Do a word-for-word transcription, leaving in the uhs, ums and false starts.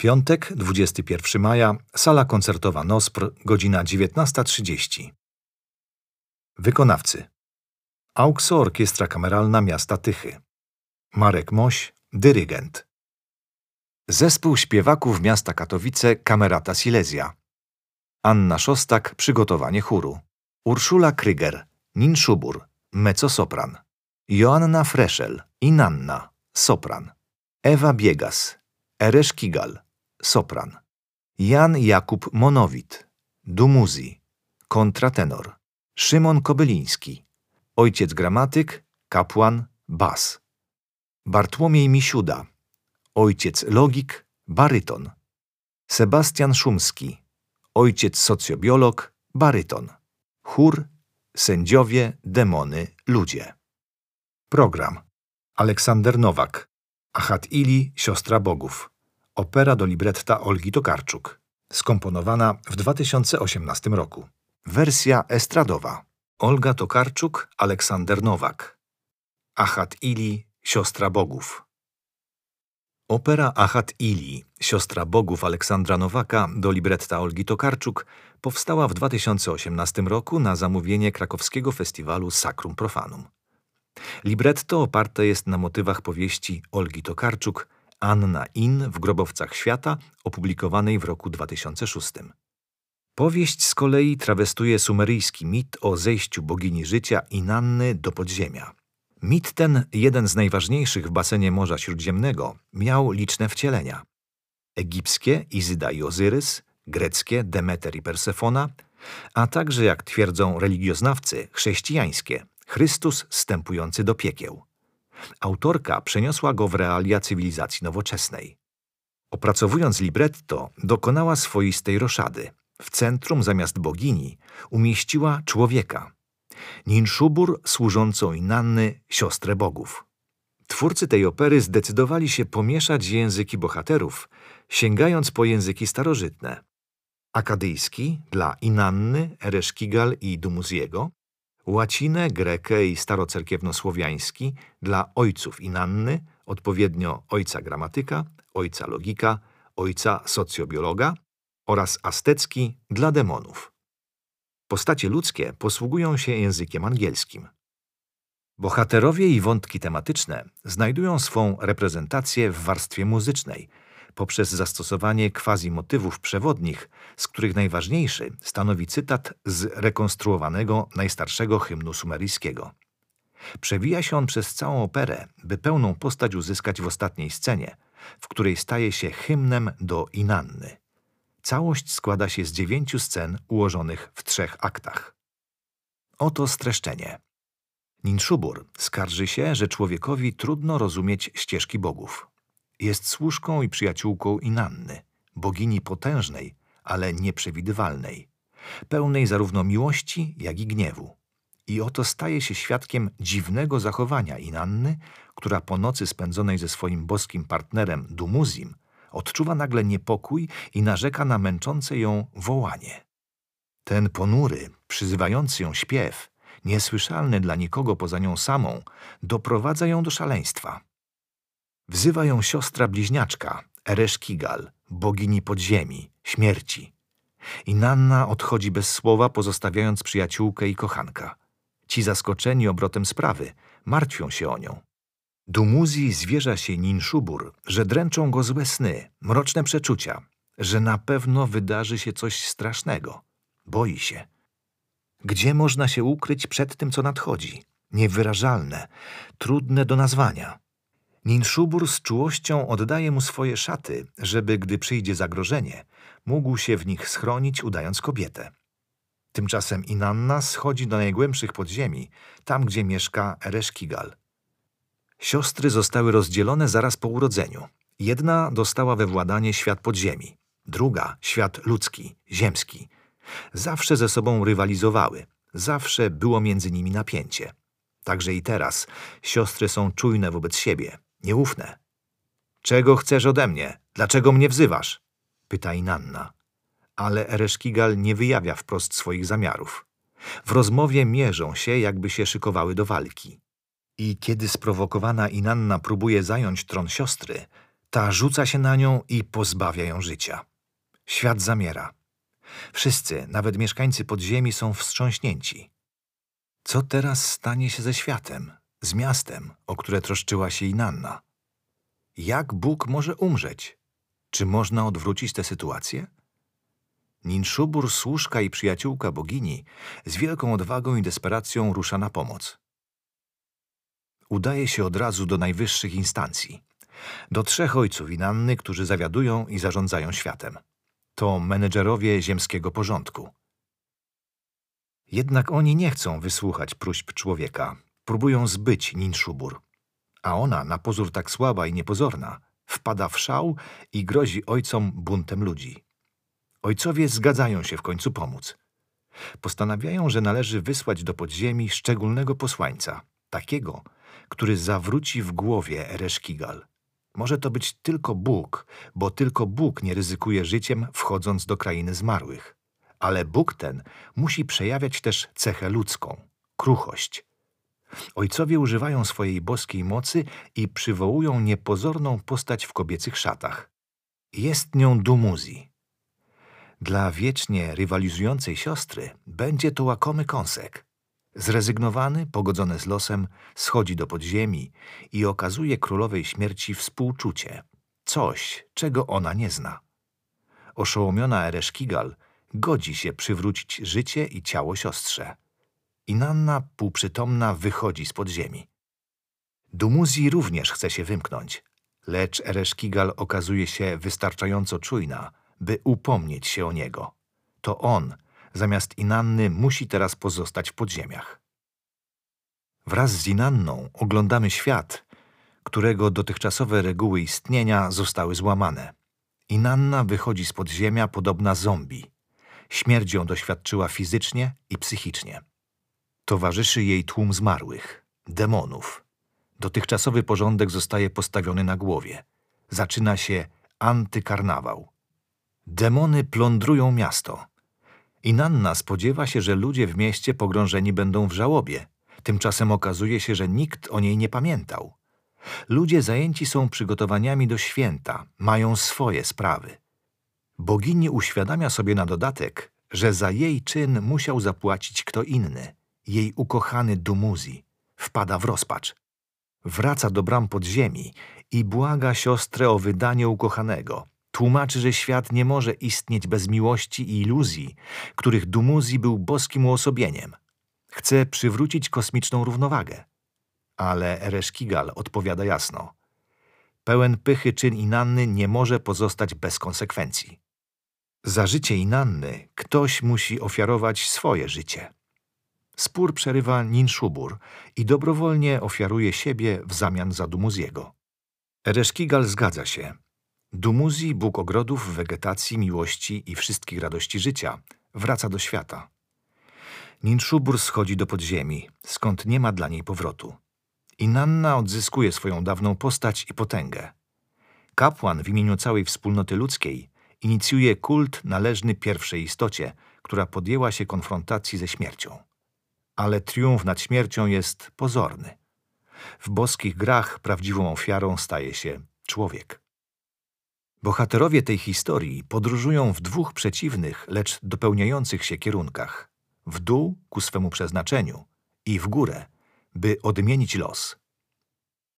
Piątek, dwudziestego pierwszego maja, sala koncertowa Nospr, godzina dziewiętnasta trzydzieści. Wykonawcy: AUKSO Orkiestra Kameralna Miasta Tychy. Marek Moś, dyrygent. Zespół śpiewaków miasta Katowice Kamerata Silesia. Anna Szostak, przygotowanie chóru. Urszula Kryger, ninszubur, mezzosopran. Joanna Freszel, inanna, sopran. Ewa Biegas, ereszkigal, sopran. Jan Jakub Monowit, dumuzji, kontratenor. Szymon Kobyliński, ojciec gramatyk, kapłan, bas. Bartłomiej Misiuda, ojciec logik, baryton. Sebastian Szumski, ojciec socjobiolog, baryton. Chór, sędziowie, demony, ludzie. Program: Aleksander Nowak, Achat Ili, Siostra Bogów. Opera do libretta Olgi Tokarczuk. Skomponowana w dwa tysiące osiemnastym roku. Wersja estradowa. Olga Tokarczuk, Aleksander Nowak. Achat Ili, Siostra Bogów. Opera Achat Ili, Siostra Bogów Aleksandra Nowaka do libretta Olgi Tokarczuk powstała w dwa tysiące osiemnastym roku na zamówienie krakowskiego festiwalu Sacrum Profanum. Libretto oparte jest na motywach powieści Olgi Tokarczuk Anna In w Grobowcach Świata, opublikowanej w roku dwa tysiące szóstym. Powieść z kolei trawestuje sumeryjski mit o zejściu bogini życia Inanny do podziemia. Mit ten, jeden z najważniejszych w basenie Morza Śródziemnego, miał liczne wcielenia. Egipskie Izyda i Ozyrys, greckie Demeter i Persefona, a także, jak twierdzą religioznawcy, chrześcijańskie Chrystus zstępujący do piekieł. Autorka przeniosła go w realia cywilizacji nowoczesnej. Opracowując libretto, dokonała swoistej roszady. W centrum zamiast bogini umieściła człowieka. Ninszubur służącą Inanny, siostrę bogów. Twórcy tej opery zdecydowali się pomieszać języki bohaterów, sięgając po języki starożytne. Akadyjski dla Inanny, ereszkigal i dumuziego, łacinę, grekę i starocerkiewnosłowiański dla ojców Inanny, odpowiednio ojca gramatyka, ojca logika, ojca socjobiologa, oraz aztecki dla demonów. Postacie ludzkie posługują się językiem angielskim. Bohaterowie i wątki tematyczne znajdują swą reprezentację w warstwie muzycznej poprzez zastosowanie quasi-motywów przewodnich, z których najważniejszy stanowi cytat z rekonstruowanego najstarszego hymnu sumeryjskiego. Przewija się on przez całą operę, by pełną postać uzyskać w ostatniej scenie, w której staje się hymnem do Inanny. Całość składa się z dziewięciu scen ułożonych w trzech aktach. Oto streszczenie. Ninszubur skarży się, że człowiekowi trudno rozumieć ścieżki bogów. Jest służką i przyjaciółką Inanny, bogini potężnej, ale nieprzewidywalnej, pełnej zarówno miłości, jak i gniewu. I oto staje się świadkiem dziwnego zachowania Inanny, która po nocy spędzonej ze swoim boskim partnerem Dumuzim odczuwa nagle niepokój i narzeka na męczące ją wołanie. Ten ponury, przyzywający ją śpiew, niesłyszalny dla nikogo poza nią samą, doprowadza ją do szaleństwa. Wzywa ją siostra bliźniaczka, ereszkigal, bogini podziemi, śmierci. Inanna odchodzi bez słowa, pozostawiając przyjaciółkę i kochanka. Ci zaskoczeni obrotem sprawy martwią się o nią. Dumuzji zwierza się Ninszubur, że dręczą go złe sny, mroczne przeczucia, że na pewno wydarzy się coś strasznego. Boi się. Gdzie można się ukryć przed tym, co nadchodzi? Niewyrażalne, trudne do nazwania. Ninszubur z czułością oddaje mu swoje szaty, żeby, gdy przyjdzie zagrożenie, mógł się w nich schronić, udając kobietę. Tymczasem Inanna schodzi do najgłębszych podziemi, tam gdzie mieszka ereszkigal. Siostry zostały rozdzielone zaraz po urodzeniu. Jedna dostała we władanie świat podziemi, druga świat ludzki, ziemski. Zawsze ze sobą rywalizowały, zawsze było między nimi napięcie. Także i teraz siostry są czujne wobec siebie, nieufne. Czego chcesz ode mnie? Dlaczego mnie wzywasz? Pyta Inanna. Ale ereszkigal nie wyjawia wprost swoich zamiarów. W rozmowie mierzą się, jakby się szykowały do walki. I kiedy sprowokowana Inanna próbuje zająć tron siostry, Ta rzuca się na nią i pozbawia ją życia. Świat zamiera. Wszyscy, nawet mieszkańcy podziemi, są wstrząśnięci. Co teraz stanie się ze światem, z miastem, o które troszczyła się Inanna? Jak Bóg może umrzeć? Czy można odwrócić tę sytuację? Ninszubur, służka i przyjaciółka bogini, z wielką odwagą i desperacją rusza na pomoc. Udaje się od razu do najwyższych instancji. Do trzech ojców Inanny, którzy zawiadują i zarządzają światem. To menedżerowie ziemskiego porządku. Jednak oni nie chcą wysłuchać próśb człowieka. Próbują zbyć Ninszubur. A ona, na pozór tak słaba i niepozorna, wpada w szał i grozi ojcom buntem ludzi. Ojcowie zgadzają się w końcu pomóc. Postanawiają, że należy wysłać do podziemi szczególnego posłańca, takiego, który zawróci w głowie Ereshkigal. Może to być tylko Bóg, bo tylko Bóg nie ryzykuje życiem, wchodząc do krainy zmarłych. Ale Bóg ten musi przejawiać też cechę ludzką – kruchość. Ojcowie używają swojej boskiej mocy i przywołują niepozorną postać w kobiecych szatach. Jest nią Dumuzi. Dla wiecznie rywalizującej siostry będzie to łakomy kąsek. Zrezygnowany, pogodzony z losem, schodzi do podziemi i okazuje królowej śmierci współczucie. Coś, czego ona nie zna. Oszołomiona Ereshkigal godzi się przywrócić życie i ciało siostrze. Inanna, półprzytomna, wychodzi z podziemi. Dumuzi również chce się wymknąć, lecz Ereshkigal okazuje się wystarczająco czujna, by upomnieć się o niego. To on, zamiast Inanny, musi teraz pozostać w podziemiach. Wraz z Inanną oglądamy świat, którego dotychczasowe reguły istnienia zostały złamane. Inanna wychodzi z podziemia podobna zombie. Śmierdzią doświadczyła fizycznie i psychicznie. Towarzyszy jej tłum zmarłych, demonów. Dotychczasowy porządek zostaje postawiony na głowie. Zaczyna się antykarnawał. Demony plądrują miasto. Inanna spodziewa się, że ludzie w mieście pogrążeni będą w żałobie. Tymczasem okazuje się, że nikt o niej nie pamiętał. Ludzie zajęci są przygotowaniami do święta, mają swoje sprawy. Bogini uświadamia sobie na dodatek, że za jej czyn musiał zapłacić kto inny. Jej ukochany Dumuzi wpada w rozpacz. Wraca do bram podziemi i błaga siostrę o wydanie ukochanego. Tłumaczy, że świat nie może istnieć bez miłości i iluzji, których Dumuzi był boskim uosobieniem. Chce przywrócić kosmiczną równowagę. Ale Ereshkigal odpowiada jasno. Pełen pychy czyn Inanny nie może pozostać bez konsekwencji. Za życie Inanny ktoś musi ofiarować swoje życie. Spór przerywa Ninszubur i dobrowolnie ofiaruje siebie w zamian za Dumuziego. Ereshkigal zgadza się. Dumuzi, Bóg ogrodów, wegetacji, miłości i wszystkich radości życia, wraca do świata. Ninszubur schodzi do podziemi, skąd nie ma dla niej powrotu. Inanna odzyskuje swoją dawną postać i potęgę. Kapłan w imieniu całej wspólnoty ludzkiej inicjuje kult należny pierwszej istocie, która podjęła się konfrontacji ze śmiercią. Ale triumf nad śmiercią jest pozorny. W boskich grach prawdziwą ofiarą staje się człowiek. Bohaterowie tej historii podróżują w dwóch przeciwnych, lecz dopełniających się kierunkach. W dół ku swemu przeznaczeniu i w górę, by odmienić los.